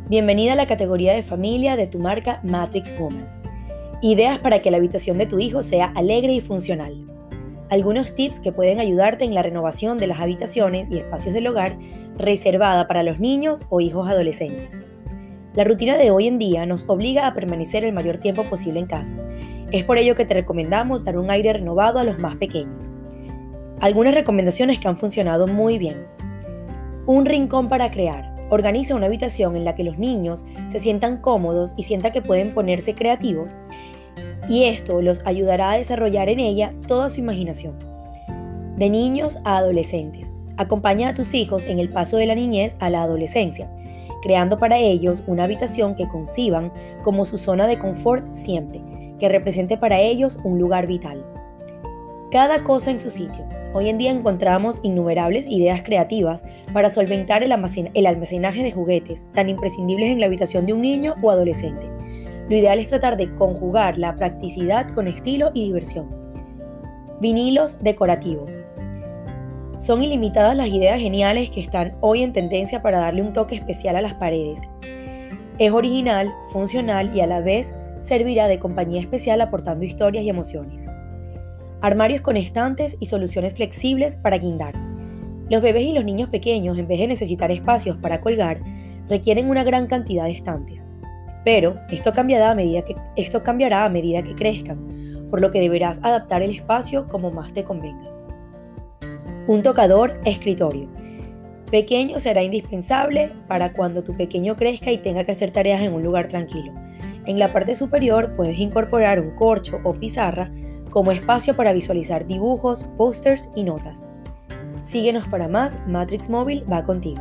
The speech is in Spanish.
Bienvenida a la categoría de familia de tu marca Matrix Woman. Ideas para que la habitación de tu hijo sea alegre y funcional. Algunos tips que pueden ayudarte en la renovación de las habitaciones y espacios del hogar reservada para los niños o hijos adolescentes. La rutina de hoy en día nos obliga a permanecer el mayor tiempo posible en casa. Es por ello que te recomendamos dar un aire renovado a los más pequeños. Algunas recomendaciones que han funcionado muy bien. Un rincón para crear. Organiza una habitación en la que los niños se sientan cómodos y sientan que pueden ponerse creativos, y esto los ayudará a desarrollar en ella toda su imaginación. De niños a adolescentes. Acompaña a tus hijos en el paso de la niñez a la adolescencia, creando para ellos una habitación que conciban como su zona de confort siempre, que represente para ellos un lugar vital. Cada cosa en su sitio. Hoy en día encontramos innumerables ideas creativas para solventar el almacenaje de juguetes, tan imprescindibles en la habitación de un niño o adolescente. Lo ideal es tratar de conjugar la practicidad con estilo y diversión. Vinilos decorativos. Son ilimitadas las ideas geniales que están hoy en tendencia para darle un toque especial a las paredes. Es original, funcional y a la vez servirá de compañía especial aportando historias y emociones. Armarios con estantes y soluciones flexibles para guindar. Los bebés y los niños pequeños, en vez de necesitar espacios para colgar, requieren una gran cantidad de estantes. Pero esto cambiará a medida que crezcan, por lo que deberás adaptar el espacio como más te convenga. Un tocador escritorio. Pequeño será indispensable para cuando tu pequeño crezca y tenga que hacer tareas en un lugar tranquilo. En la parte superior puedes incorporar un corcho o pizarra como espacio para visualizar dibujos, pósters y notas. Síguenos para más, Matrix Móvil va contigo.